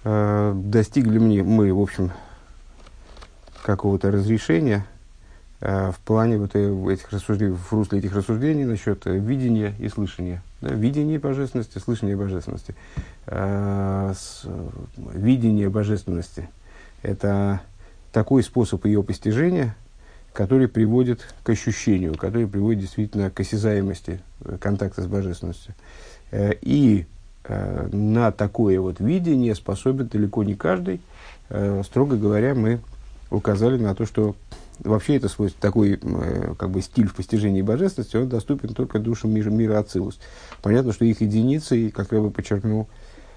Достигли мы, в общем, какого-то разрешения в плане вот этих рассуждений, в русле этих рассуждений насчет видения и слышания. Да, видение божественности, слышание божественности. Видение божественности – это такой способ ее постижения, который приводит к ощущению, который приводит действительно к осязаемости контакта с божественностью. И на такое вот видение способен далеко не каждый. Строго говоря, мы указали на то, что вообще это свойство, такой как бы стиль в постижении божественности, он доступен только душам мира Ацилус. Понятно, что их единицы, как я бы подчеркнул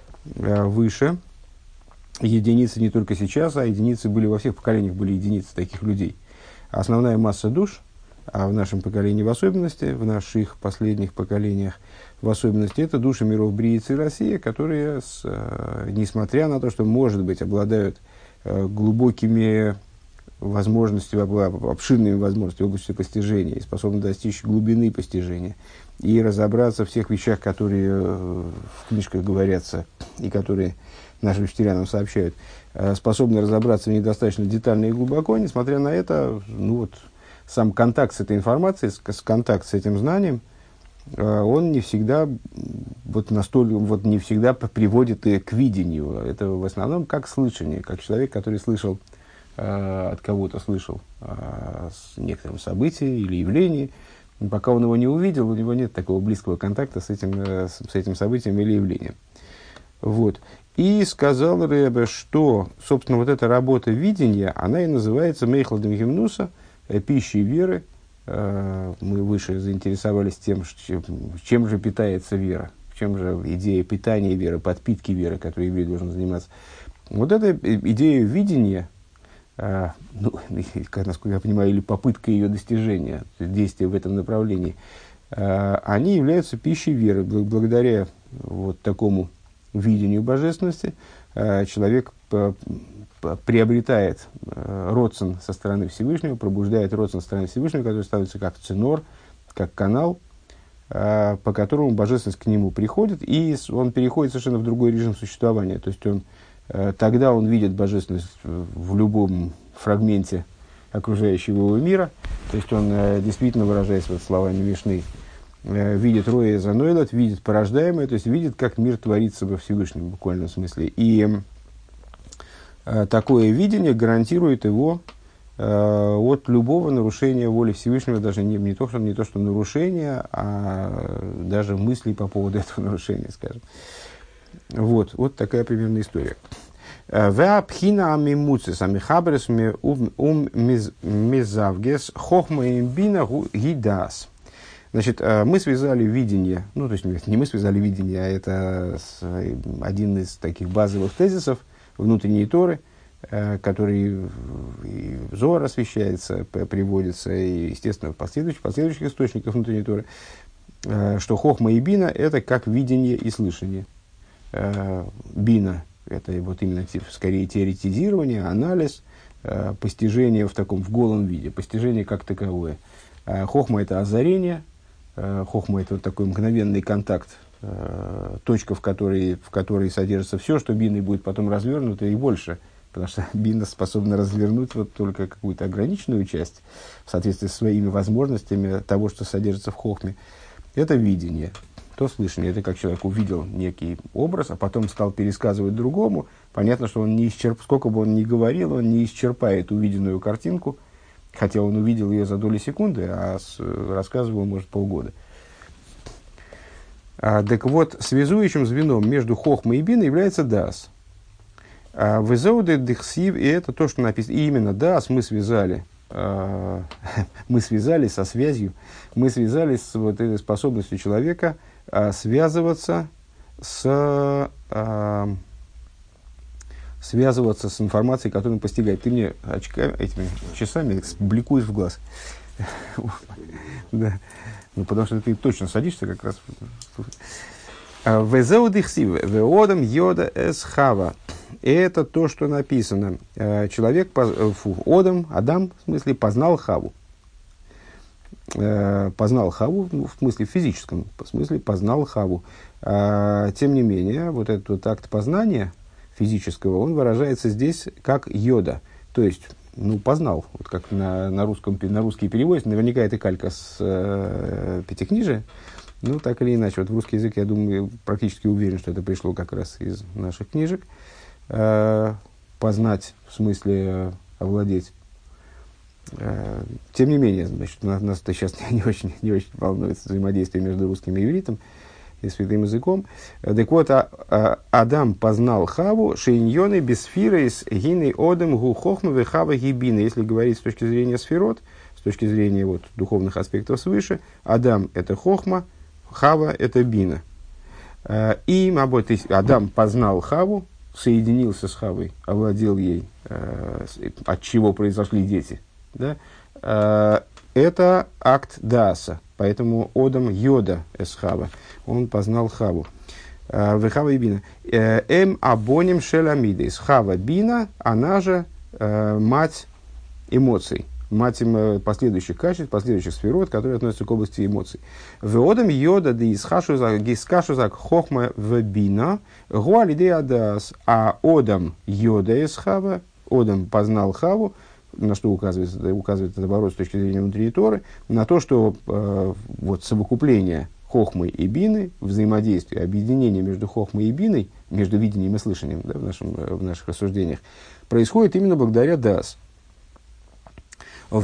выше, единицы не только сейчас, а единицы были во всех поколениях, были единицы таких людей. Основная масса душ, а в нашем поколении в особенности, в наших последних поколениях в особенности, это души миров Бриицы и России, которые, несмотря на то, что, может быть, обладают глубокими возможностями, обширными возможностями в области постижения и способны достичь глубины постижения и разобраться в тех вещах, которые в книжках говорятся и которые нашим учителям нам сообщают, способны разобраться в них достаточно детально и глубоко. Несмотря на это, сам контакт с этой информацией, контакт с этим знанием, он не всегда не всегда приводит и к видению. Это в основном как слышание, как человек, который слышал от кого-то слышал с некоторым событием или явлением. Пока он его не увидел, у него нет такого близкого контакта с этим событием или явлением. Вот. И сказал Ребе, что, собственно, вот эта работа видения, она и называется Мейхладем Гимнуса, пищей веры. Мы выше заинтересовались тем, чем же питается вера, чем же идея питания веры, подпитки веры, которой еврей должен заниматься. Вот эта идея видения, насколько я понимаю, или попытка ее достижения, действия в этом направлении, они являются пищей веры. Благодаря вот такому видению божественности человек приобретает родствен со стороны Всевышнего, пробуждает родствен со стороны Всевышнего, который становится как ценор, как канал, по которому божественность к нему приходит, и он переходит совершенно в другой режим существования. То есть тогда он видит божественность в любом фрагменте окружающего его мира. То есть он действительно, выражаясь словами Мишны, видит роя занойлот, видит порождаемое, то есть видит, как мир творится во Всевышнем в буквальном смысле. И такое видение гарантирует его от любого нарушения воли Всевышнего, даже не то, что нарушение, а даже мыслей по поводу этого нарушения, скажем. Вот такая примерная история. Веапхина амимуцис амихабрес мизавгес хохма имбина гидас. Значит, мы связали видение, то есть не мы связали видение, а это один из таких базовых тезисов внутренней Торы, который и в Зоар освещается, приводится, и, естественно, в последующих источниках внутренней Торы, что хохма и бина – это как видение и слышание. Бина – это вот именно скорее теоретизирование, анализ, постижение в голом виде, постижение как таковое. Хохма – это озарение, хохма – это вот такой мгновенный контакт, точка, в которой содержится все, что биной будет потом развернуто и больше, потому что бина способна развернуть вот только какую-то ограниченную часть в соответствии со своими возможностями того, что содержится в хохме. Это видение. То слышание, это как человек увидел некий образ, а потом стал пересказывать другому. Понятно, что он сколько бы он ни говорил, он не исчерпает увиденную картинку, хотя он увидел ее за доли секунды, а рассказывал, может, полгода. Так вот, связующим звеном между хохмой и биной является дас. Везоуде дехсив, и это то, что написано. И именно дас мы связали со связью, мы связались с вот этой способностью человека связываться с информацией, которую он постигает. Ты мне этими часами бликуешь в глаз. Да. Потому что ты точно садишься как раз. Веодам йода эсхава. Это то, что написано. Адам, в смысле, познал Хаву. Познал Хаву, в смысле физическом, в смысле познал Хаву. Тем не менее, вот этот вот акт познания физического, он выражается здесь как йода, то есть, познал, вот как на русский перевод, наверняка это калька с Пятикнижия, так или иначе, вот в русский язык, я думаю, практически уверен, что это пришло как раз из наших книжек, познать, в смысле овладеть. Тем не менее, значит, нас это сейчас не очень волнует взаимодействие между русским и ивритом и святым языком. Так вот, Адам познал Хаву, шейньоны бесфира из гины одем гу хохма вехава гибина. Если говорить с точки зрения сферот, с точки зрения духовных аспектов свыше, Адам – это хохма, Хава – это бина. Адам познал Хаву, соединился с Хавой, овладел ей, от чего произошли дети. Да? Это акт дааса, поэтому Одам йода эс Хава, он познал Хаву. Вехава и бина. Абоним шеламидес. Хава бина, она же мать эмоций, мать последующих качеств, последующих сферот, которые относятся к области эмоций. Веодам йода да искашузак хохма в бина гуалиде адас. А Одам йода эс Хава, Одам познал Хаву, на что указывает этот оборот с точки зрения внутри Торы, на то, что совокупление хохмы и бины, взаимодействие, объединение между хохмой и биной, между видением и слышанием, да, в наших рассуждениях, происходит именно благодаря дас. С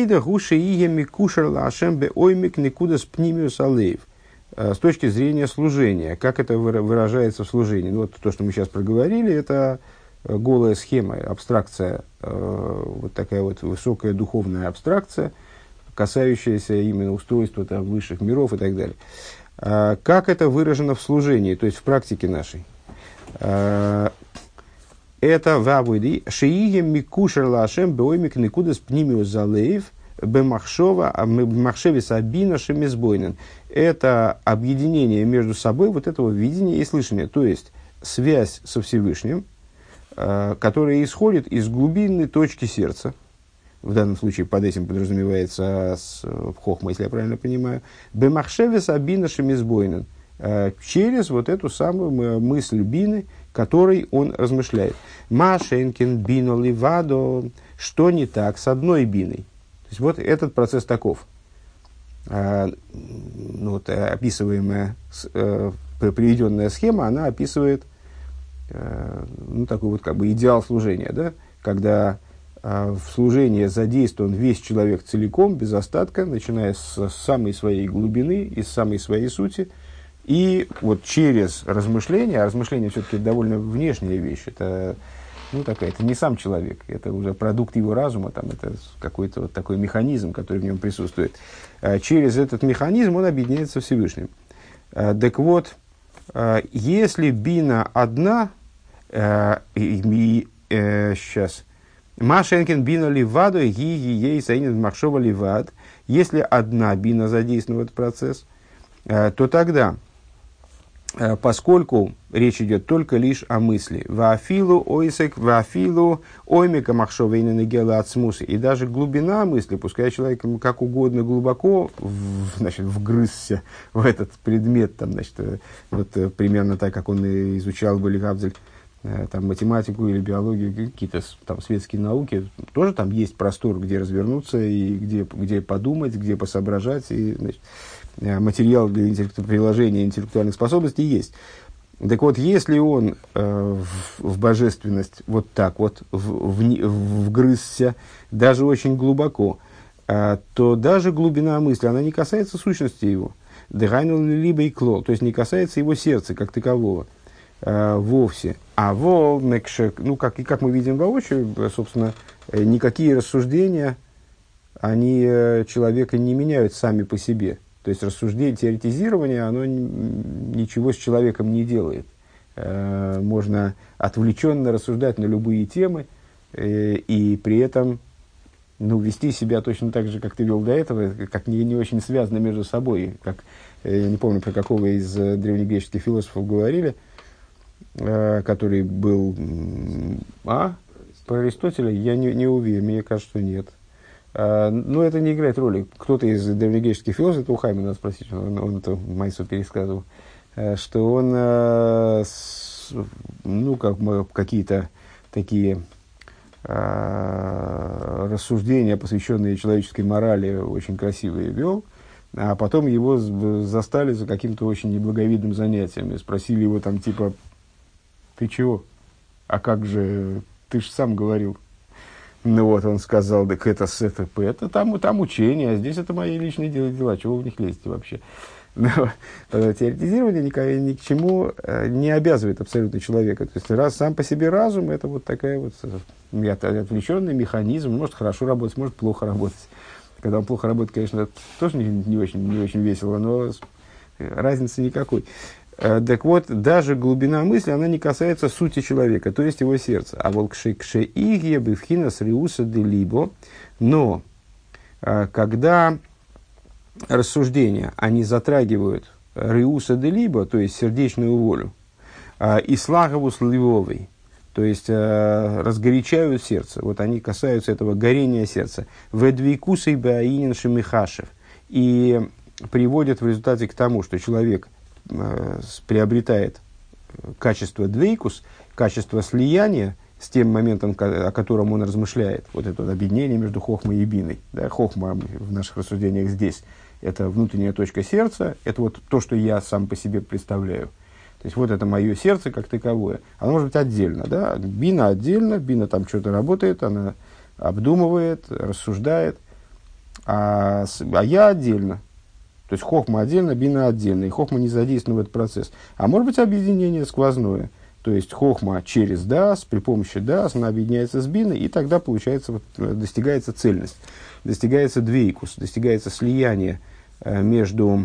точки зрения служения, как это выражается в служении? То, что мы сейчас проговорили, это голая схема, абстракция, такая высокая духовная абстракция, касающаяся именно устройства высших миров и так далее. Как это выражено в служении, то есть в практике нашей? Это вавуди шиием микушер лашем беоймик никудас пнимиус залеев бемахшеве сабина шемизбойнен. Это объединение между собой этого видения и слышания, то есть связь со Всевышним, которая исходит из глубинной точки сердца. В данном случае под этим подразумевается хохма, если я правильно понимаю. Бемахшевес абина шемизбойнен. Через эту самую мысль бины, которой он размышляет. Машенкин бино ливадо. Что не так с одной биной? То есть этот процесс таков. Описываемая, приведенная схема, она описывает такой идеал служения, да? Когда в служение задействован весь человек целиком, без остатка, начиная с самой своей глубины, из самой своей сути, и через размышления, а размышления все-таки довольно внешняя вещь, это, это не сам человек, это уже продукт его разума, это какой-то такой механизм, который в нем присутствует. Через этот механизм он объединяется со Всевышним. Так вот, если бина одна, сейчас, Машенкин бина ливаду, ей саинит махшова ливад, если одна бина задействована в этот процесс, то тогда, поскольку речь идет только лишь о мысли, ваафилу ойсек, ваафилу оймика махшова и ненегела ацмус, и даже глубина мысли, пускай человек как угодно глубоко вгрызся в этот предмет, примерно так, как он изучал Балигавзель, математику или биологию, какие-то светские науки, тоже там есть простор, где развернуться, и где подумать, где посоображать, и материал для приложения интеллектуальных способностей есть. Так вот, если он в божественность вгрызся, даже очень глубоко, то даже глубина мысли, она не касается сущности его, либо и кло, то есть не касается его сердца как такового вовсе. А как мы видим воочию, собственно, никакие рассуждения, они человека не меняют сами по себе. То есть рассуждение, теоретизирование, оно ничего с человеком не делает. Можно отвлеченно рассуждать на любые темы и при этом вести себя точно так же, как ты вел до этого, как не очень связано между собой. Я не помню, про какого из древнегреческих философов говорили, который был... про Аристотеля я не уверен, мне кажется, что нет. Но это не играет роли. Кто-то из древнегреческих философов, это у Хайма надо спросить, он это Майсу пересказывал, что он как мы какие-то такие рассуждения, посвященные человеческой морали, очень красивые вел, а потом его застали за каким-то очень неблаговидным занятием и спросили его там типа: ты чего? А как же, ты же сам говорил. Ну вот, он сказал: так это там учение, а здесь это мои личные дела, чего вы в них лезете вообще? Но теоретизирование ни к чему не обязывает абсолютно человека. То есть, раз сам по себе разум, это вот такая вот отвлеченный механизм, может хорошо работать, может плохо работать. Когда он плохо работает, конечно, тоже не очень весело, но разницы никакой. Так вот, даже глубина мысли, она не касается сути человека, то есть его сердца. А вот кше-игье бифхина с риуса де либо, но когда рассуждения, они затрагивают риуса де либо, то есть сердечную волю, и слаговус ливовой, то есть разгорячают сердце, вот они касаются этого горения сердца, ведвикусей баинин шемихашев, и приводят в результате к тому, что человек приобретает качество двейкус, качество слияния с тем моментом, о котором он размышляет, вот это вот объединение между хохмой и биной. Да, хохма в наших рассуждениях здесь – это внутренняя точка сердца, это вот то, что я сам по себе представляю. То есть, вот это мое сердце как таковое. Оно может быть отдельно, да? Бина отдельно, бина там что-то работает, она обдумывает, рассуждает, а я отдельно. То есть, хохма отдельно, бина отдельно, и хохма не задействована в этот процесс. А может быть объединение сквозное. То есть, хохма через дас, при помощи дас, она объединяется с биной, и тогда получается, вот, достигается цельность, достигается двейкус, достигается слияние между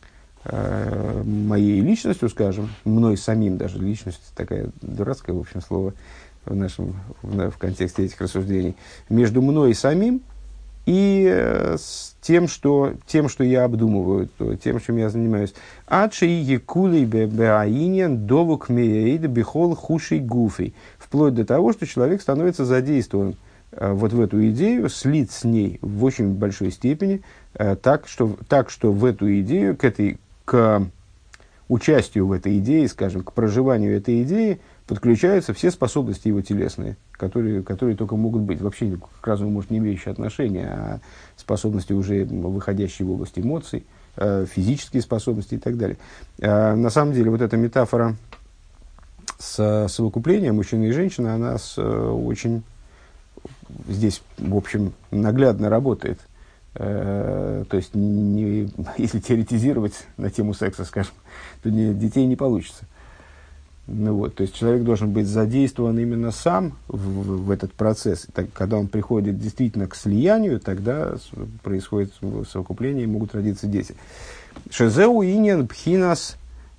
моей личностью, скажем, мной самим даже, личность такая дурацкое, в общем, слово в контексте этих рассуждений, между мной самим и с тем, что я обдумываю, тем, чем я занимаюсь. Адши якулей беаинен довук меэйд бихол хушей гуфей. Вплоть до того, что человек становится задействован вот в эту идею, слит с ней в очень большой степени, так, что в эту идею, к участию в этой идее, скажем, к проживанию этой идеи подключаются все способности его телесные, которые только могут быть. Вообще к разуму, может, не имеющие отношения, а способности, уже выходящие в область эмоций, физические способности и так далее. На самом деле, вот эта метафора с совокуплением мужчины и женщины, она очень здесь, в общем, наглядно работает. То есть, если теоретизировать на тему секса, скажем, то детей не получится. Ну, вот, то есть, человек должен быть задействован именно сам в этот процесс. Так, когда он приходит действительно к слиянию, тогда происходит совокупление и могут родиться дети. Шезеу иньян пхинас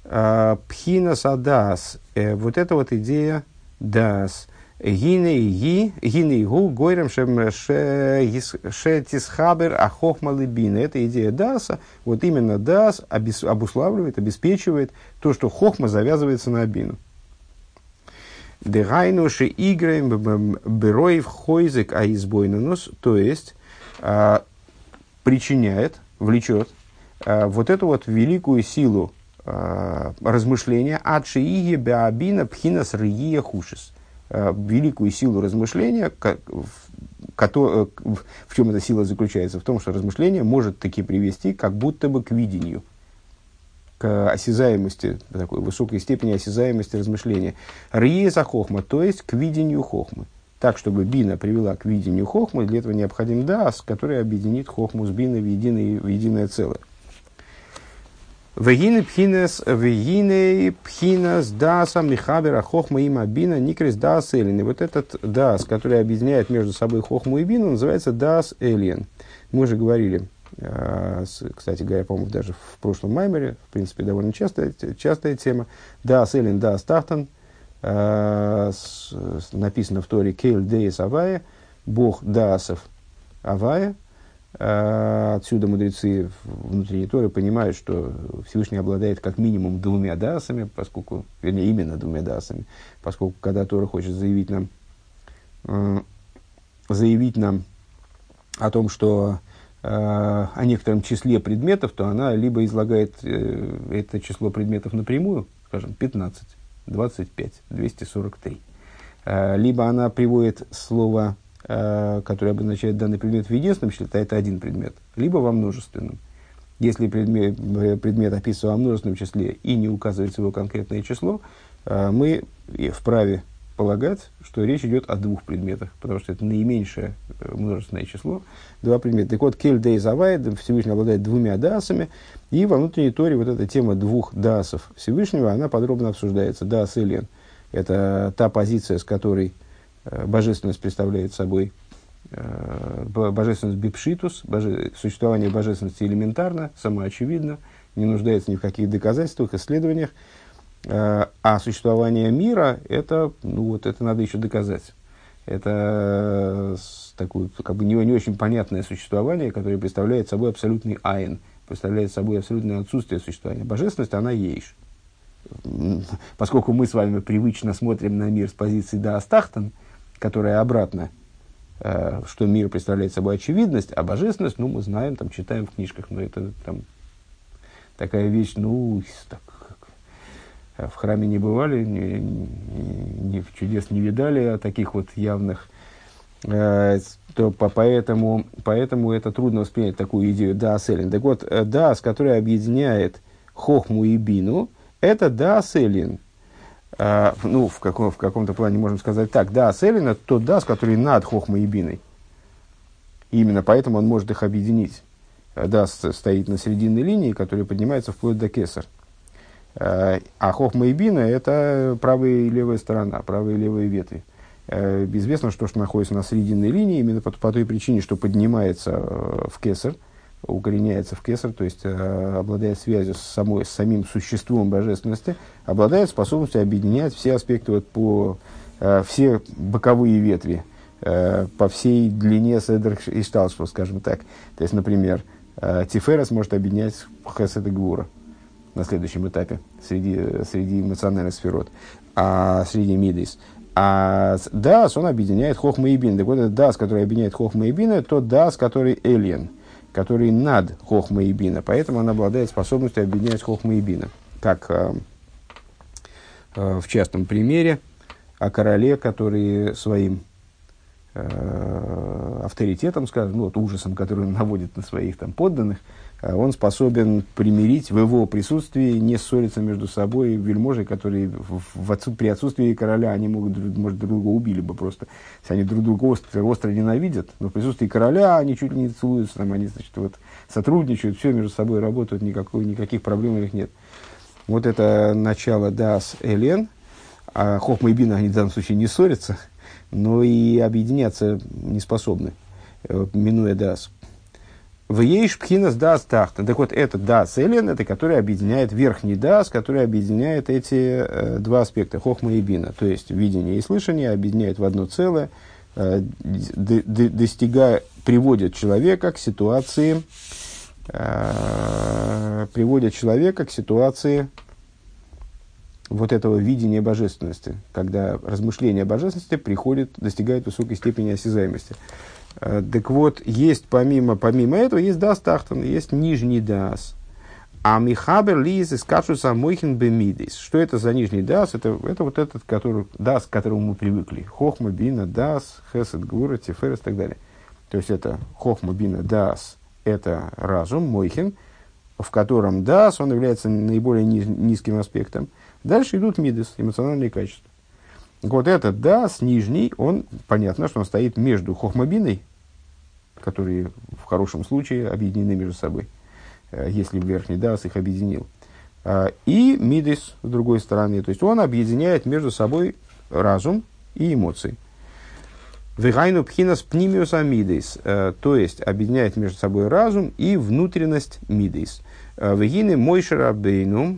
адас. Вот эта вот идея дас. Гинейгу гойрем шетисхабер ахохмалы бина. Эта идея даса, вот именно дас обуславливает, обеспечивает то, что хохма завязывается на бину. Дегайнуши играем бероев хойзек аизбойнанус, то есть причиняет, влечет вот эту вот великую силу размышления адши иги беабина пхинас рия хушис. Великую силу размышления, в чем эта сила заключается? В том, что размышление может таки привести как будто бы к видению, к осязаемости, такой высокой степени осязаемости размышления. Риеза хохма, то есть к видению хохмы. Так, чтобы бина привела к видению хохмы, для этого необходим дас, который объединит хохму с биной в единое целое. Вегины пхинас даса михабера хохма има бина никрис дас элин. И вот этот дас, который объединяет между собой хохму и бину, называется дас элин. Мы уже говорили, кстати говоря, по-моему, даже в прошлом маймере, в принципе, довольно частая тема. Дас элин, дас тахтан. Написано в Торе кейл деис авая, бог даасов авая. Отсюда мудрецы внутренней Торы понимают, что Всевышний обладает как минимум двумя даасами, именно двумя даасами, поскольку когда Тора хочет заявить нам о том, что о некотором числе предметов, то она либо излагает это число предметов напрямую, скажем, 15, 25, 243. Либо она приводит слово, которое обозначает данный предмет в единственном числе, то это один предмет, либо во множественном. Если предмет описывается во множественном числе и не указывается его конкретное число, мы вправе полагать, что речь идет о двух предметах, потому что это наименьшее множественное число, два предмета. Так вот, кель дей завайд, Всевышний обладает двумя даасами, и во внутренней торе вот эта тема двух даасов Всевышнего, она подробно обсуждается. Даас элен – это та позиция, с которой божественность представляет собой божественность бипшитус, существование божественности элементарно, самоочевидно, не нуждается ни в каких доказательствах, исследованиях. А существование мира, это надо еще доказать. Это такое не очень понятное существование, которое представляет собой абсолютный айн, представляет собой абсолютное отсутствие существования. Божественность, она ейш. Поскольку мы с вами привычно смотрим на мир с позиции даастахтан, которая обратно, что мир представляет собой очевидность, а божественность, мы знаем, читаем в книжках, но это такая вещь, в храме не бывали, чудес не видали, а таких вот явных, поэтому это трудно воспринять такую идею даас элен. Так вот, даас, который объединяет хохму и бину, это даас элен. В каком-то плане можем сказать так, даас элен – это тот даас, который над хохмой и биной. Именно поэтому он может их объединить. Даас стоит на серединной линии, которая поднимается вплоть до кесар. А хохма и бина – это правая и левая сторона, правая и левая ветви. Известно, что находится на срединной линии именно по той причине, что поднимается в кесар, укореняется в кесар, то есть обладает связью с самим существом божественности, обладает способностью объединять все аспекты, все боковые ветви по всей длине седер и шталшва, скажем так. То есть, например, Тиферес может объединять хесед и гвура на следующем этапе среди эмоциональных сферот, среди мидейс. А даас, он объединяет хохма и бин. Так вот, этот даас, который объединяет хохма и бина, тот даас, который элен, который над хохма и бина. Поэтому он обладает способностью объединять хохма и бина. Как в частном примере о короле, который своим авторитетом, скажем, ужасом, который он наводит на своих подданных, он способен примирить в его присутствии, не ссориться между собой вельможи, которые при отсутствии короля, они может, друг друга убили бы просто. Если они друг друга остро ненавидят, но в присутствии короля они чуть ли не целуются, они сотрудничают, все между собой работают, никаких проблем у них нет. Вот это начало даас элен, а хохма и бина, они в данном случае не ссорятся, но и объединяться не способны, минуя даас. В ейш пхинас даас тахтан. Так вот, это даас элен, это который объединяет верхний даас, который объединяет эти два аспекта, хохма и бина. То есть, видение и слышание объединяет в одно целое, приводят человека к ситуации, вот этого видения божественности, когда размышление о божественности достигает высокой степени осязаемости. Так вот, есть помимо этого, есть даас тахтан, есть нижний даас. А михабер лиз из кашуса мойхин бемидис. Что это за нижний даас? Это вот этот, даас, к которому мы привыкли. Хохма, бина, даас, хесед, гвура, тиферес и так далее. То есть, это хохма, бина, даас, это разум, мойхин, в котором даас, он является наиболее низким аспектом. Дальше идут мидис, эмоциональные качества. Вот этот даас, нижний, понятно, что он стоит между хохмабиной, которые в хорошем случае объединены между собой, если верхний даас их объединил, и мидис с другой стороны. То есть он объединяет между собой разум и эмоции. Вегайну пхинас пнимиус мидис, то есть объединяет между собой разум и внутренность мидис. Вегины мойше рабейну.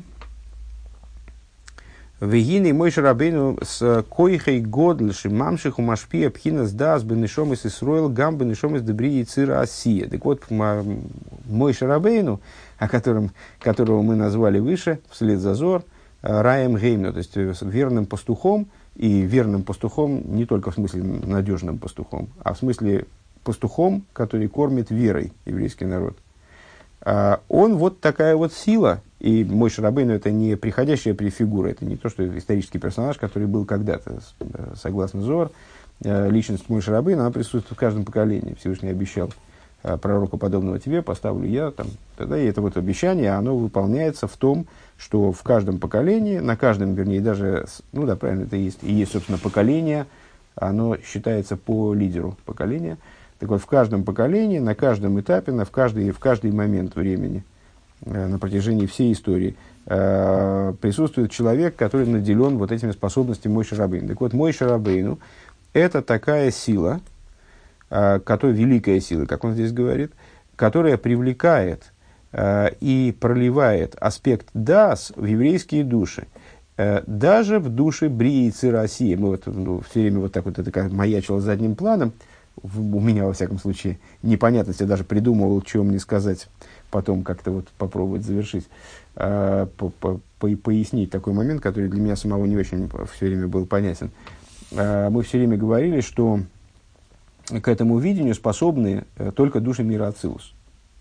Вегины Мойше Рабейну с койхей годль шимамших умашпия пхинас даас бенешомис Исроил гам бенешомис дебри и цира асия. Так вот, Мойше Рабейну, которого мы назвали выше, вслед за Зор, Раем Геймну, то есть верным пастухом, и верным пастухом не только в смысле надежным пастухом, а в смысле пастухом, который кормит верой еврейский народ. Он вот такая вот сила, и Мойше Рабейну это не приходящая фигура, это не то, что исторический персонаж, который был когда-то, согласно Зоар, личность Мойше Рабейну, она присутствует в каждом поколении. Всевышний обещал: пророка, подобного тебе, поставлю я. Там, тогда и это вот обещание, оно выполняется в том, что в каждом поколении, на каждом, вернее, даже, ну да, правильно, это и есть, собственно, поколение, оно считается по лидеру поколения. Так вот, в каждом поколении, на каждом этапе, в каждый момент времени, на протяжении всей истории, присутствует человек, который наделен вот этими способностями Мойше Рабейну. Так вот, Мойше Рабейну – это такая сила, которая, великая сила, как он здесь говорит, которая привлекает и проливает аспект дас в еврейские души, даже в души Брии и Цирасии. Мы вот, все время вот так вот это как маячило задним планом, у меня, во всяком случае, непонятность, я даже придумывал, чего мне сказать, потом как-то вот попробовать завершить, пояснить такой момент, который для меня самого не очень все время был понятен. Мы все время говорили, что к этому видению способны только души мира Ацилус.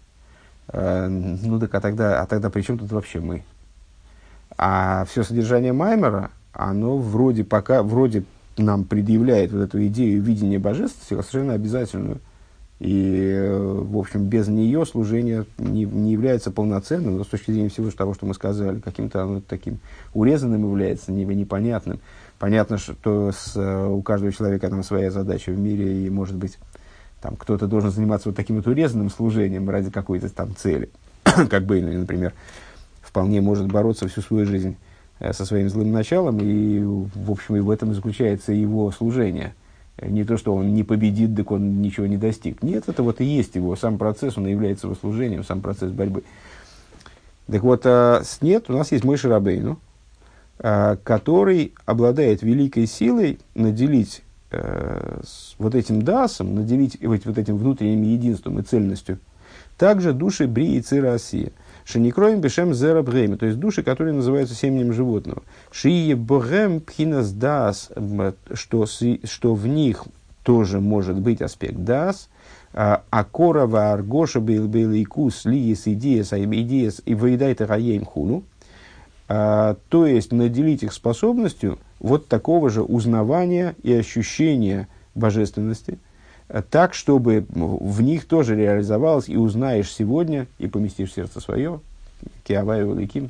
Ну так, а тогда при чем тут вообще мы? А все содержание Маймера, оно вроде нам предъявляет вот эту идею видения божественности совершенно обязательную. И, в общем, без нее служение не является полноценным, но с точки зрения всего того, что мы сказали, каким-то оно таким урезанным является, непонятным. Понятно, что у каждого человека там своя задача в мире, и, может быть, там кто-то должен заниматься вот таким вот урезанным служением ради какой-то там цели. Как Бейнуни, например, вполне может бороться всю свою жизнь со своим злым началом, и, в общем, и в этом заключается его служение. Не то, что он не победит, так он ничего не достиг. Нет, это вот и есть его сам процесс, он и является его служением, сам процесс борьбы. Так вот, нет, у нас есть Мойше Рабейну, который обладает великой силой наделить вот этим дасом, наделить вот этим внутренним единством и цельностью также души Брии и Цирасия. Шеникроем бешем зера брэйм, то есть души, которые называются семенем животного. Шие брэм пхинас дас, что в них тоже может быть аспект дас. А корова аргоша бейликус лиес идеес и выедает раем хуну. То есть наделить их способностью вот такого же узнавания и ощущения божественности, так, чтобы в них тоже реализовалось, и узнаешь сегодня, и поместишь в сердце свое, киаваю ликим,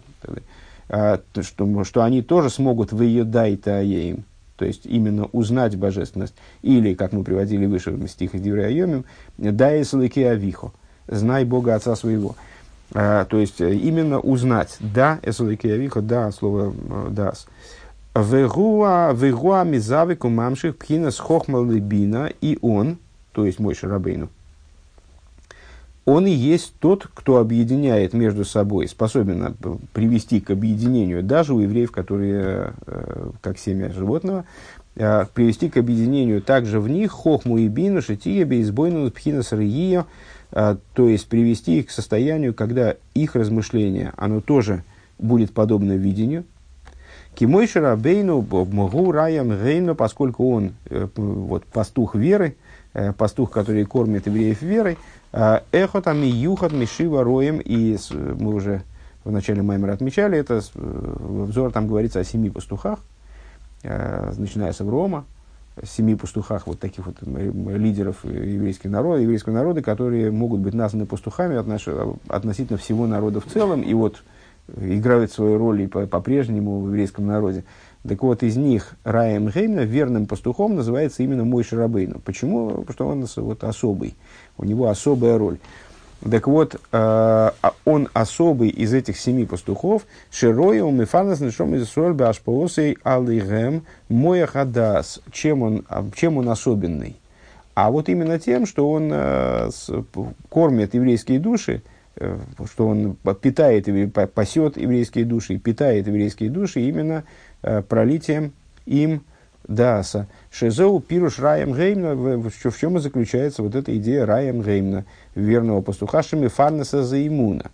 что они тоже смогут выедай таеим, то есть именно узнать божественность, или, как мы приводили выше в стих из Диврей Айомим, даэс лики авихо, знай Бога Отца своего. То есть именно узнать, да, эсулики авихо, да, слово дас. Вегуа мизавику мамших пхинас хохма лебина, и он, то есть Мойше Рабейну, он и есть тот, кто объединяет между собой, способен привести к объединению, даже у евреев, которые, как семя животного, привести к объединению также в них хохму и бину, шития, бейсбойну, пхинас рия, то есть привести их к состоянию, когда их размышление, оно тоже будет подобно видению. Ки Мойше Рабейну могу раям рейну, поскольку он вот, пастух веры, пастух, который кормит евреев верой, эхотами юхат мишива роем, и мы уже в начале Маймера отмечали это, в Зоар там говорится о 7 пастухах, начиная с Аврома, 7 пастухах, вот таких вот лидеров еврейского народа, которые могут быть названы пастухами относительно всего народа в целом, и вот играют свою роль и по-прежнему в еврейском народе. Так вот, из них Раем Геймна, верным пастухом, называется именно Мойше Рабейну. Почему? Потому что он вот особый, у него особая роль. Так вот, он особый из этих 7 пастухов. Широю мифанас нишом из соль башпоосей алигем мояхадас. Чем он особенный? А вот именно тем, что он кормит еврейские души, что он питает, пасет еврейские души, питает еврейские души именно пролитием им даса. Шезоу пируш раем геймна, в чем и заключается вот эта идея раем геймна, верного пастуха, шими фарнеса заимуна.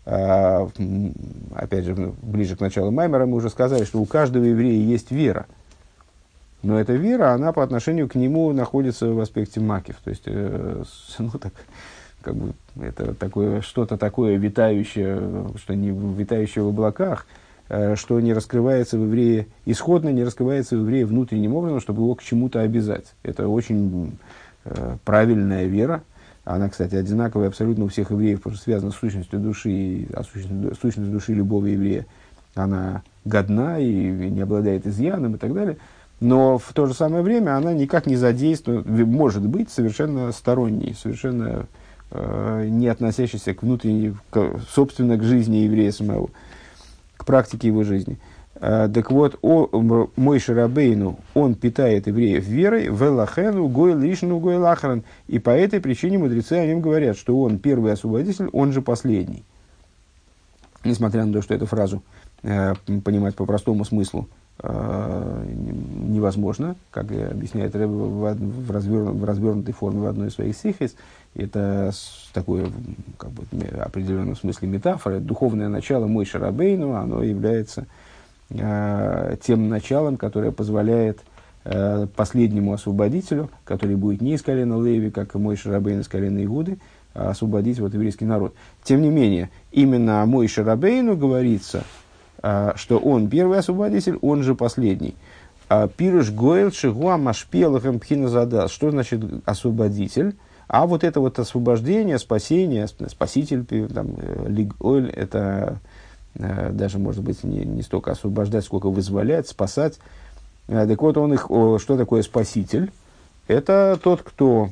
Опять же, ближе к началу Маймера мы уже сказали, что у каждого еврея есть вера. Но эта вера, она по отношению к нему находится в аспекте макив. То есть, как бы, это такое, что-то такое витающее, что не витающее в облаках, что не раскрывается в еврее, исходно не раскрывается в еврее внутренним образом, чтобы его к чему-то обязать. Это очень правильная вера. Она, кстати, одинаковая абсолютно у всех евреев, потому что связана с сущностью души, а сущность души любого еврея, она годна и не обладает изъяном и так далее. Но в то же самое время она никак не задействует, может быть совершенно сторонней, совершенно не относящийся к внутренней, собственно, к жизни еврея самого, к практике его жизни. Так вот, Мойше Рабейну, он питает евреев верой, велахену гой лишну гой лахаран, и по этой причине мудрецы о нем говорят, что он первый освободитель, он же последний. Несмотря на то, что эту фразу понимать по простому смыслу невозможно, как объясняет Ребе в развернутой форме в одной из своих сихис, это такое, как бы, в определенном смысле метафора. Духовное начало Мойше Рабейну, оно является тем началом, которое позволяет последнему освободителю, который будет не из колена Леви, как и Мойше Рабейну из колена Иуды, а освободить вот еврейский народ. Тем не менее, именно о Мойше Рабейну говорится, что он первый освободитель, он же последний. Пируш Гоэль Шигуа Машпелахем Пхиназадас. Что значит освободитель? А вот это вот освобождение, спасение, спаситель, там, Лиг-Оль, это даже, может быть, не столько освобождать, сколько вызволять, спасать. Так вот, он их, что такое спаситель? Это тот, кто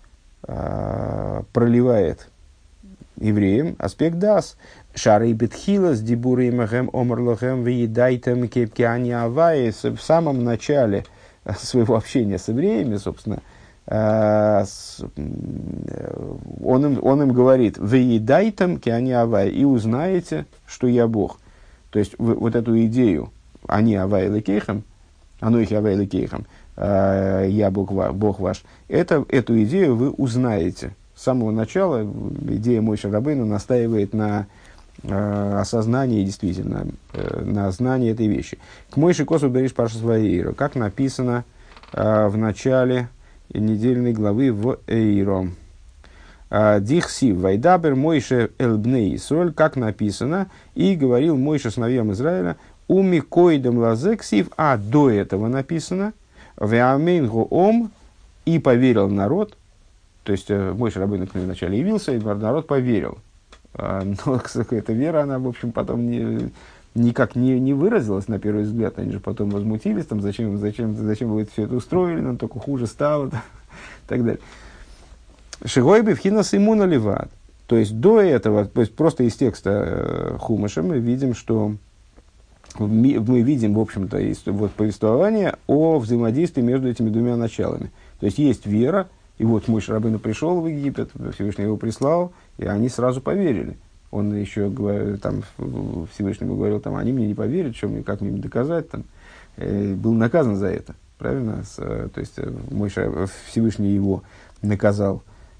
проливает евреям аспект дас. Шары бетхилас дибуры махем омарлахем виедайтем кепкиани аваис. В самом начале своего общения с евреями, собственно, он им говорит: виедайтем киани авай, и узнаете, что я Бог. То есть вот эту идею они авай лекейхам, анухи авай лекейхам, я Бог ваш, эту идею вы узнаете. С самого начала идея Мойше Рабейну настаивает на осознании, действительно, на знании этой вещи. К Мойше Косу Бериш Паршас Ваэйро, как написано в начале недельной главы в Эйро. Дихсив Вайдабер Мойше Элбней Исроль, как написано, и говорил Мойше сыновьям Израиля, уми койдем лазексив, а до этого написано, веамейнгу ом, и поверил народ. То есть Мойше Рабейну вначале явился, и народ поверил. Но эта вера, она, в общем, потом никак не выразилась на первый взгляд. Они же потом возмутились, там, зачем вы все это устроили, нам только хуже стало, и так далее. Шигойби вхинас имуна ливат. То есть до этого, то есть просто из текста Хумаша мы видим, что мы видим, в общем-то, вот повествование о взаимодействии между этими двумя началами. То есть есть вера, и вот Мойше Рабейну пришел в Египет, Всевышний его прислал, и они сразу поверили. Он еще там, Всевышнему говорил, там, они мне не поверят, что мне, как мне доказать, там, был наказан за это, правильно? То есть Всевышний его наказал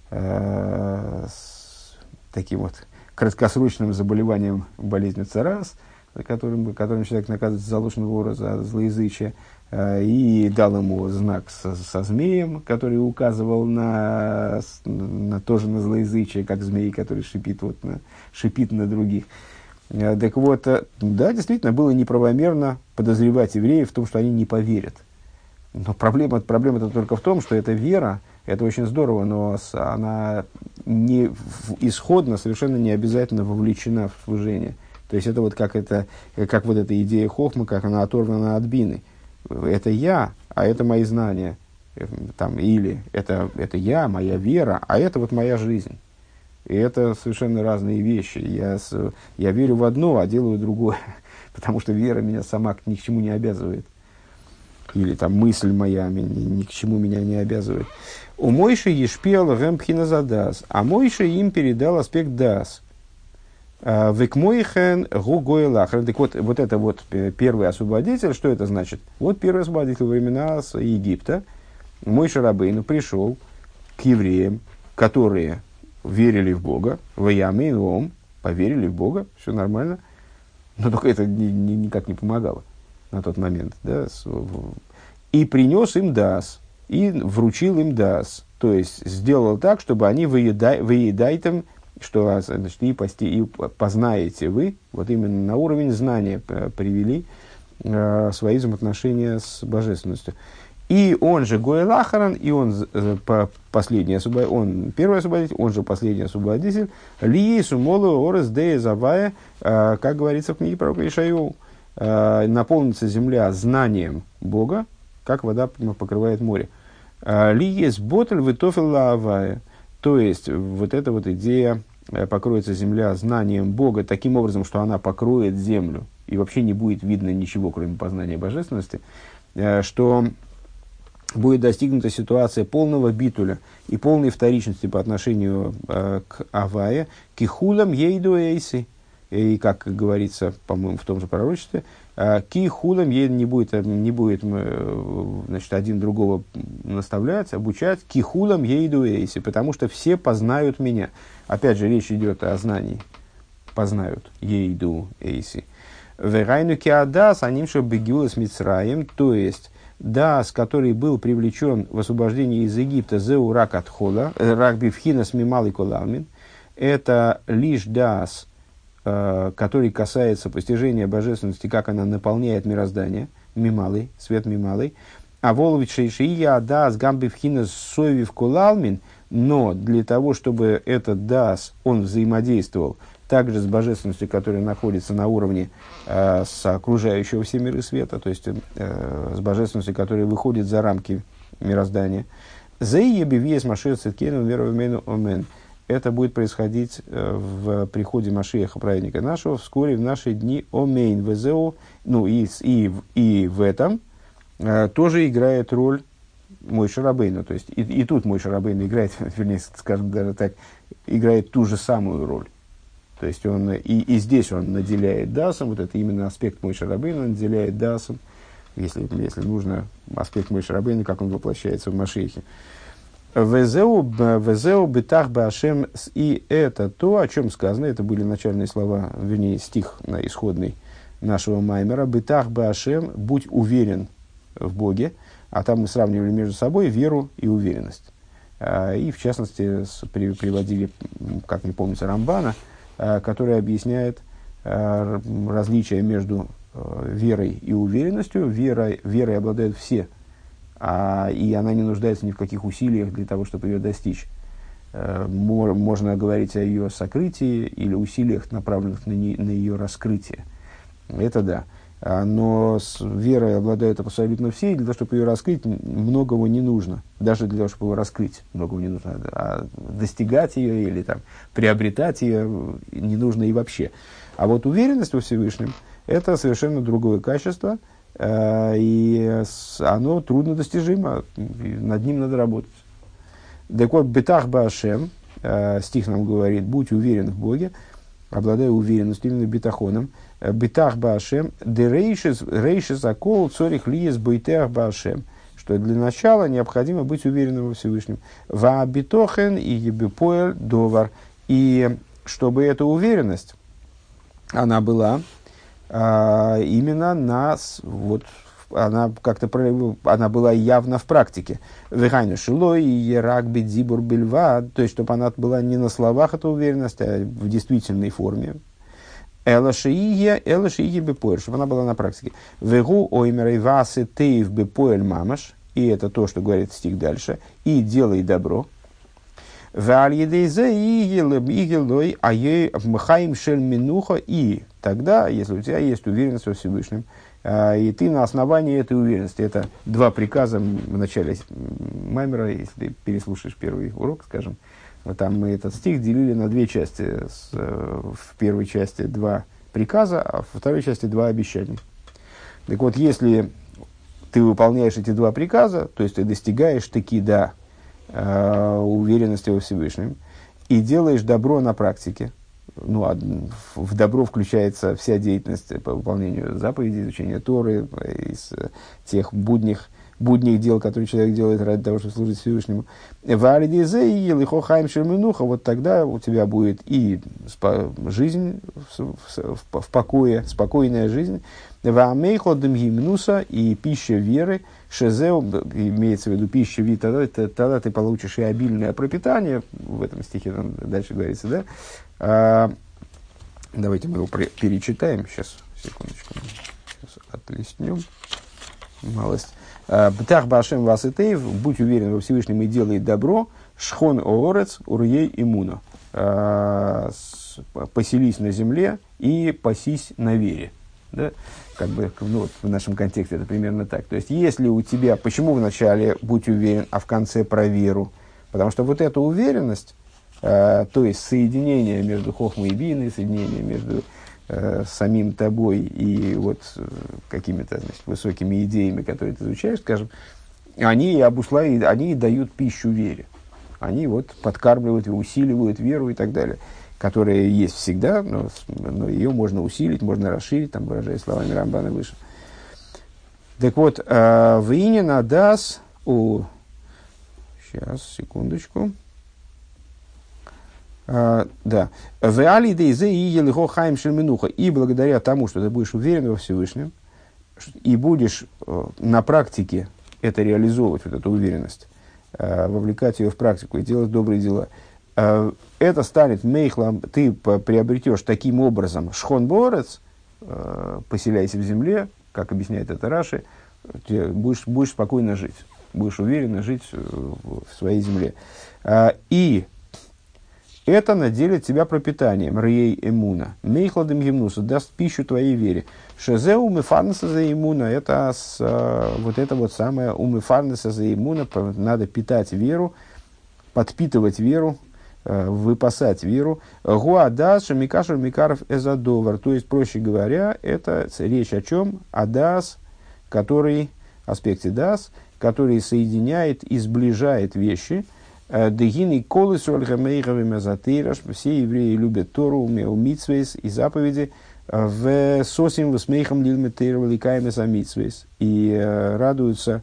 с таким вот краткосрочным заболеванием, болезнью царас, которым человек наказывается за ложный вора, за злоязычие, и дал ему знак со змеем, который указывал тоже на злоязычие, как змей, который шипит на других. Так вот, да, действительно, было неправомерно подозревать евреев в том, что они не поверят. Но проблема-то только в том, что эта вера, это очень здорово, но она исходно совершенно не обязательно вовлечена в служение. То есть это вот как вот эта идея хохмы, как она оторвана от бины. Это я, а это мои знания. Там, или это я, моя вера, а это вот моя жизнь. И это совершенно разные вещи. Я верю в одно, а делаю другое. Потому что вера меня сама ни к чему не обязывает. Или там мысль моя ни к чему меня не обязывает. У Мойши ешпиал гэмпхина задас, а Мойши им передал аспект дас. Векмойхен гугойлахрен. Так вот это вот первый освободитель, что это значит? Вот первый освободитель во времена Египта, Мойше Рабейну, пришел к евреям, которые верили в Бога, ваямейн, поверили в Бога, все нормально, но только это никак не помогало на тот момент, да, и принес им дас. и вручил им дас. То есть, сделал так, чтобы они выедайтем, что, значит, и познаете вы, вот именно на уровень знания привели свои взаимоотношения с божественностью. И он же Гоэль Ахаран, и он последний он первый освободитель, он же последний освободитель. Ли сумолу орес дея завая, как говорится в книге пророка Ишайяу, наполнится земля знанием Бога, как вода покрывает море. Ли есть ботель витофил лаавая, то есть вот эта вот идея, покроется земля знанием Бога таким образом, что она покроет землю и вообще не будет видно ничего, кроме познания божественности, что будет достигнута ситуация полного битуля и полной вторичности по отношению к Авае, кихулам ейду эйси, и, как говорится, по-моему, в том же пророчестве, кихулам не будет, значит, один другого наставлять, обучать, кихулам ейду эйси, потому что все познают меня. Опять же, речь идет о знании. Познают ейду эйси. Верайну киадас, анимшо бегиулас мицраем, то есть дас, который был привлечен в освобождении из Египта, зеу рак отхода, рак бифхинас мималый колалмин, это лишь дас, который касается постижения божественности, как она наполняет мироздание, мималый, свет мималый, а волович шейшия дас гамбифхинас соевив колалмин, но для того, чтобы этот дас, он взаимодействовал также с божественностью, которая находится на уровне с окружающего все миры света, то есть с божественностью, которая выходит за рамки мироздания. Это будет происходить в приходе Машиаха, праведника нашего, вскоре в наши дни. Омейн везеу, ну и в этом тоже играет роль Моше Рабейну. То есть и тут Моше Рабейну играет, вернее, скажем даже так, играет ту же самую роль. То есть он и здесь он наделяет дасом, вот это именно аспект Моше Рабейну, он наделяет дасом, если нужно, аспект Моше Рабейну, как он воплощается в Машиахе. Везеу бетах башем, и это то, о чем сказано, это были начальные слова, вернее, стих исходный нашего маймера, бетах башем, будь уверен в Боге, а там мы сравнивали между собой веру и уверенность. И в частности приводили, как не помнится, Рамбана, который объясняет различие между верой и уверенностью. Верой обладают все, и она не нуждается ни в каких усилиях для того, чтобы ее достичь. Можно говорить о ее сокрытии или усилиях, направленных на ее раскрытие. Это да. Но с верой обладают абсолютно все, и для того, чтобы ее раскрыть, многого не нужно. Даже для того, чтобы ее раскрыть, многого не нужно. А достигать ее или там, приобретать ее не нужно и вообще. А вот уверенность во Всевышнем – это совершенно другое качество, и оно труднодостижимо, над ним надо работать. Так вот, «Бетах баашем», стих нам говорит, «Будь уверен в Боге», обладая уверенностью, именно бетахоном, «Бетах баашем, де рейшес акол цорих лиес бейтеах баашем», что для начала необходимо быть уверенным во Всевышнем. «Ва бетохен и ебепоэль довар», и чтобы эта уверенность, она была именно нас, вот, она как-то она была явно в практике. Вехайну шилой и рагби дзибур бельва, то есть чтобы она была не на словах, эта уверенность, а в действительной форме. Элашиие бепоэль, чтобы она была на практике. Вегу оймерей васы тейв бепоэль мамаш, и это то, что говорит стих дальше, и делай добро. И тогда, если у тебя есть уверенность во Всевышнем, и ты на основании этой уверенности, это два приказа в начале маймера, если ты переслушаешь первый урок, скажем, там мы этот стих делили на две части. В первой части два приказа, а во второй части два обещания. Так вот, если ты выполняешь эти два приказа, то есть ты достигаешь таки до уверенности во Всевышнем и делаешь добро на практике, ну, а в добро включается вся деятельность по выполнению заповедей, изучения Торы, из тех будних дел, которые человек делает ради того, чтобы служить Всевышнему. Вот тогда у тебя будет и жизнь в покое, спокойная жизнь, и пища веры, Шезеу, имеется в виду пища, вид, тогда ты получишь и обильное пропитание, в этом стихе там дальше говорится, да? Давайте мы его перечитаем, сейчас, секундочку, сейчас отлистнем, малость. Бтах башем вас и тейв, будь уверен во Всевышнем и делай добро, шхон оорец, урьей имуно. Поселись на земле и пасись на вере. Да? Как бы, ну, вот в нашем контексте это примерно так. То есть, если у тебя, почему вначале будь уверен, а в конце про веру? Потому что вот эта уверенность, то есть соединение между хохмой и биной, соединение между самим тобой и вот какими-то, значит, высокими идеями, которые ты изучаешь, скажем, они дают пищу вере. Они вот подкармливают и усиливают веру и так далее, которая есть всегда, но ее можно усилить, можно расширить, там, выражаясь словами Рамбана выше. Так вот, «Винин адас сейчас, секундочку. Да. И благодаря тому, что ты будешь уверен во Всевышнем, и будешь на практике это реализовывать, вот эту уверенность, вовлекать ее в практику и делать добрые дела, это станет мейхлом, ты приобретешь таким образом шхон борец, поселяйся в земле, как объясняет это Раши, будешь спокойно жить, будешь уверенно жить в своей земле. И это наделит тебя пропитанием, рей эмуна, мейхладем гимнуса, даст пищу твоей вере. Шезеу умефарнеса за эмуна, это вот это вот самое умефарнеса за эмуна, надо питать веру, подпитывать веру, выпасать веру. Гуадас шамикашер микаров эзадовар, то есть, проще говоря, это речь о чем? О дас, который, аспекте дас, который соединяет и сближает вещи. Дегины колы сольгамейховыми затыраш. Все евреи любят Тору, умеумитсвейс и заповеди. В сосим восмейхам лильметейров ликаемес амитсвейс. И радуются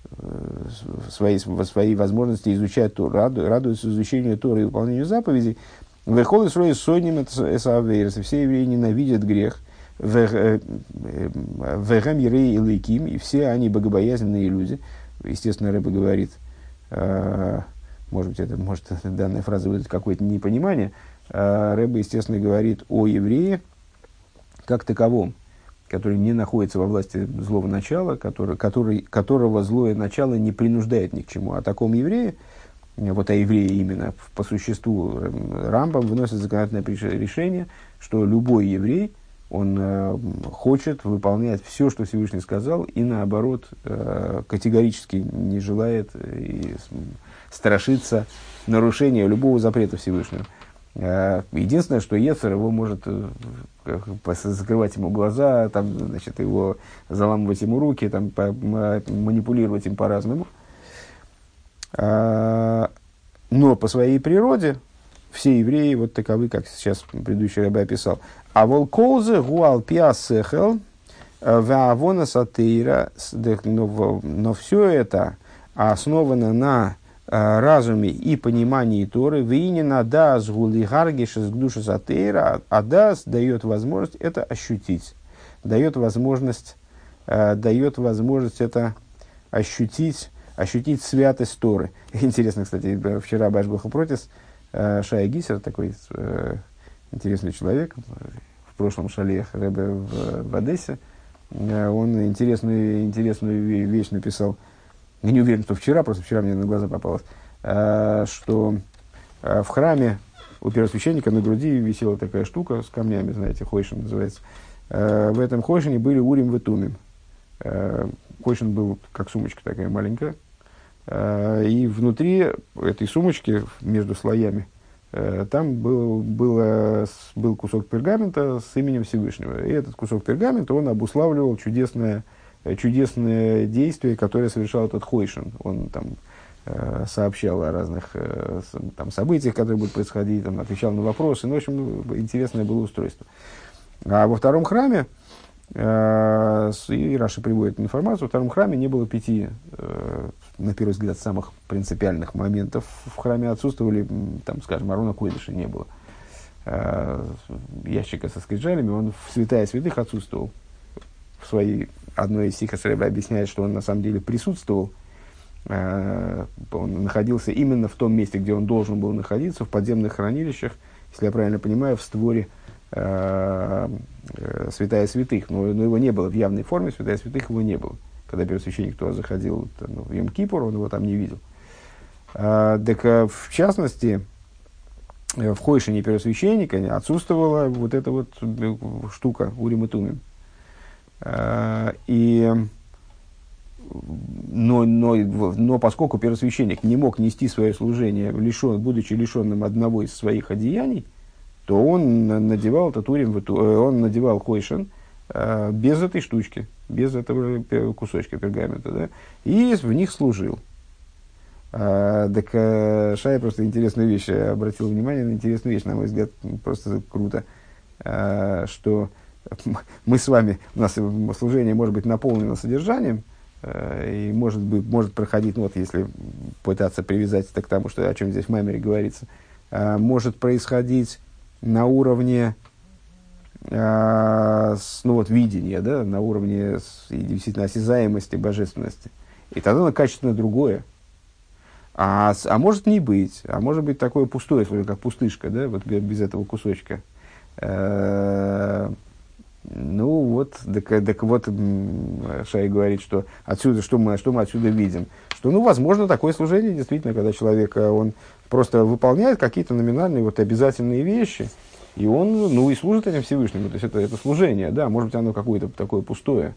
своей возможности изучать Тору, радуются изучению Торы и выполнению заповедей. Вехолы срои сойним эсавейрс. Все евреи ненавидят грех. Вегам евреи и лейким. И все они богобоязненные люди. Естественно, Рэбе говорит, может данная фраза вызвать какое-то непонимание. Рэбе, естественно, говорит о еврее как таковом, который не находится во власти злого начала, которого злое начало не принуждает ни к чему. О таком еврее, вот о еврее именно по существу, Рамбам выносит законодательное решение, что любой еврей, он хочет выполнять все, что Всевышний сказал, и наоборот категорически не желает и страшится нарушения любого запрета Всевышнего. Единственное, что Йецер его может закрывать ему глаза, там, значит, его заламывать ему руки, там, манипулировать им по-разному. Но по своей природе все евреи вот таковы, как сейчас предыдущий рабби описал. А волкоузе гуал пиасехел ваавона сатейра, но все это основано на разуме и понимании Торы. Винина дас гули гаргиш из душа сатейра, а дас дает возможность это ощутить, дает возможность это ощутить святость Торы. Интересно, кстати, вчера Башгоха Протис, Шая Гисер, такой интересный человек, в прошлом шалех Ребе в Одессе, он интересную вещь написал. Я не уверен, что вчера, просто вчера мне на глаза попалось, что в храме у первосвященника на груди висела такая штука с камнями, знаете, хойшин называется. В этом хойшине были урим и тумим. Хойшин был как сумочка такая маленькая. И внутри этой сумочки, между слоями, там был кусок пергамента с именем Всевышнего. И этот кусок пергамента, он обуславливал чудесное действие, которое совершал этот хойшин. Он там сообщал о разных там, событиях, которые будут происходить, там, отвечал на вопросы. Ну, в общем, интересное было устройство. А во втором храме, и Раши приводит информацию, во втором храме не было 5, на первый взгляд, самых принципиальных моментов. В храме отсутствовали, там, скажем, Арона Койдыша не было. Ящика со скрижалями, он в святая святых отсутствовал в своей одно из сихос Ребе объясняет, что он на самом деле присутствовал, он находился именно в том месте, где он должен был находиться, в подземных хранилищах, если я правильно понимаю, в створе святая святых, но его не было в явной форме, святая святых его не было. Когда первосвященник туда заходил в Йом-Кипур, он его там не видел. Так, в частности, в хойшине первосвященника отсутствовала вот эта вот штука Урим и Тумим. Но поскольку первосвященник не мог нести свое служение, будучи лишенным одного из своих одеяний, то он надевал этот Урим, он надевал хойшин без этой штучки, без этого кусочка пергамента, да, и в них служил. Так Шай просто интересную вещь, обратил внимание на интересную вещь, на мой взгляд, просто круто, что мы с вами, у нас служение может быть наполнено содержанием, и может проходить, ну вот если пытаться привязать это к тому, что, о чем здесь в Маймере говорится, может происходить на уровне видения, да, на уровне действительно осязаемости божественности. И тогда оно качественно другое. А может не быть, а может быть такое пустое, как пустышка, да, вот без этого кусочка. Ну вот, так вот, Шай говорит, что отсюда, что мы отсюда видим, что, ну, возможно, такое служение, действительно, когда человек, он просто выполняет какие-то номинальные, вот, обязательные вещи, и он, ну, и служит этим Всевышнему, то есть это служение, да, может быть, оно какое-то такое пустое,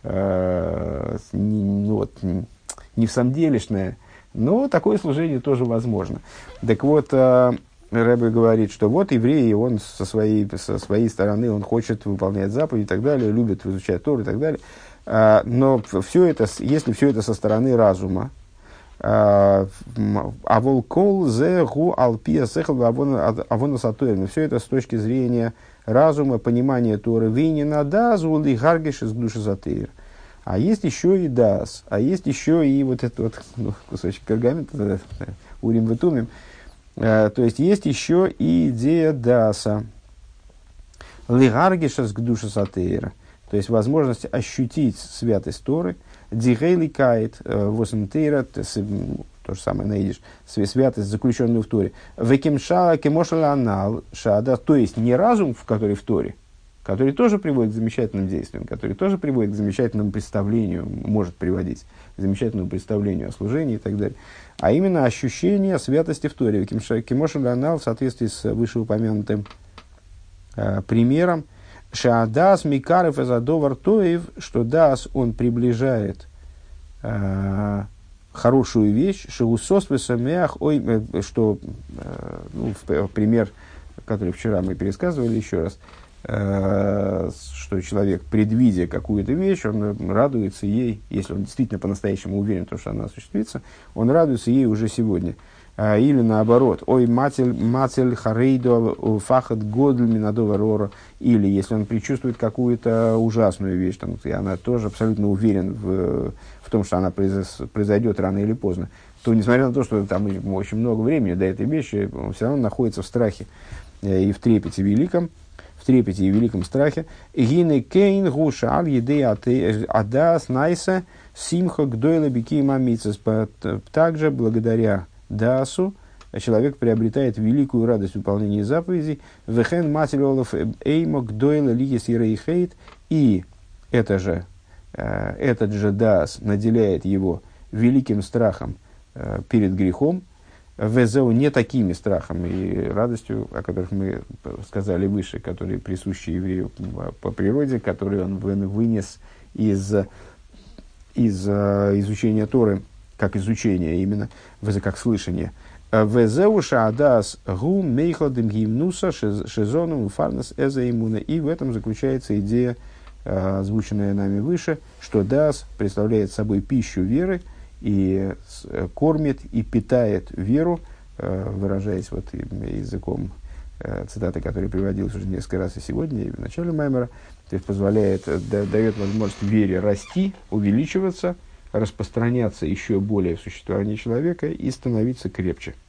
не всамделишное, но такое служение тоже возможно. Так вот, Ребе говорит, что вот еврей, он со своей стороны, он хочет выполнять заповеди и так далее, любит изучать Тору и так далее. Но все это, если все это со стороны разума, а волкол зеху алпия сехал авонасатуэльна, все это с точки зрения разума, понимания Торы, винина дазу ли гаргиш из души затеир. А есть еще и даз, а есть еще и вот этот вот кусочек пергамента, урим витумим. То есть еще и идея даса, лигаргиша с гдуша сатеира, то есть возможность ощутить святость Торы, дигейли кайт восемтейра, то же самое найдешь, святость, заключенную в Торе, векимшала кемошала анал шада, то есть не разум, который в Торе, который тоже приводит к замечательным действиям, который тоже приводит к замечательному представлению, может приводить к замечательному представлению о служении и так далее, а именно ощущение святости в Торе. Кимоша Ганал в соответствии с вышеупомянутым примером, Шаадас Микарев Эзадовар Тоев, что Дас, он приближает хорошую вещь, Шеусос Весамеах, что, пример, который вчера мы пересказывали еще раз, что человек, предвидя какую-то вещь, он радуется ей, если он действительно по-настоящему уверен в том, что она осуществится, он радуется ей уже сегодня. Или наоборот, ой, матель харейдо фахат годль минадова рора, или если он предчувствует какую-то ужасную вещь, там, и она тоже абсолютно уверен в том, что она произойдет рано или поздно, то, несмотря на то, что там очень много времени до этой вещи, он все равно находится в страхе и в трепете великом, в трепете и великом страхе. Гины кейн гуша аль едей адас найса симха гдойла бики мамицас. Также благодаря дасу человек приобретает великую радость выполнения заповедей. Вехен матилолов эймо гдойла лигес ерейхейт. И этот же дас наделяет его великим страхом перед грехом. Везеу не такими страхами и радостью, о которых мы сказали выше, которые присущи еврею по природе, которые он вынес из изучения Торы, как изучение именно, как слышание. Везеу шаадас гу мейхладем гимнуса шезону фарнас эзаимуна. И в этом заключается идея, озвученная нами выше, что дас представляет собой пищу веры, и кормит и питает веру, выражаясь вот языком цитаты, которые приводились уже несколько раз и сегодня, и в начале Маймера, то есть дает возможность вере расти, увеличиваться, распространяться еще более в существовании человека и становиться крепче.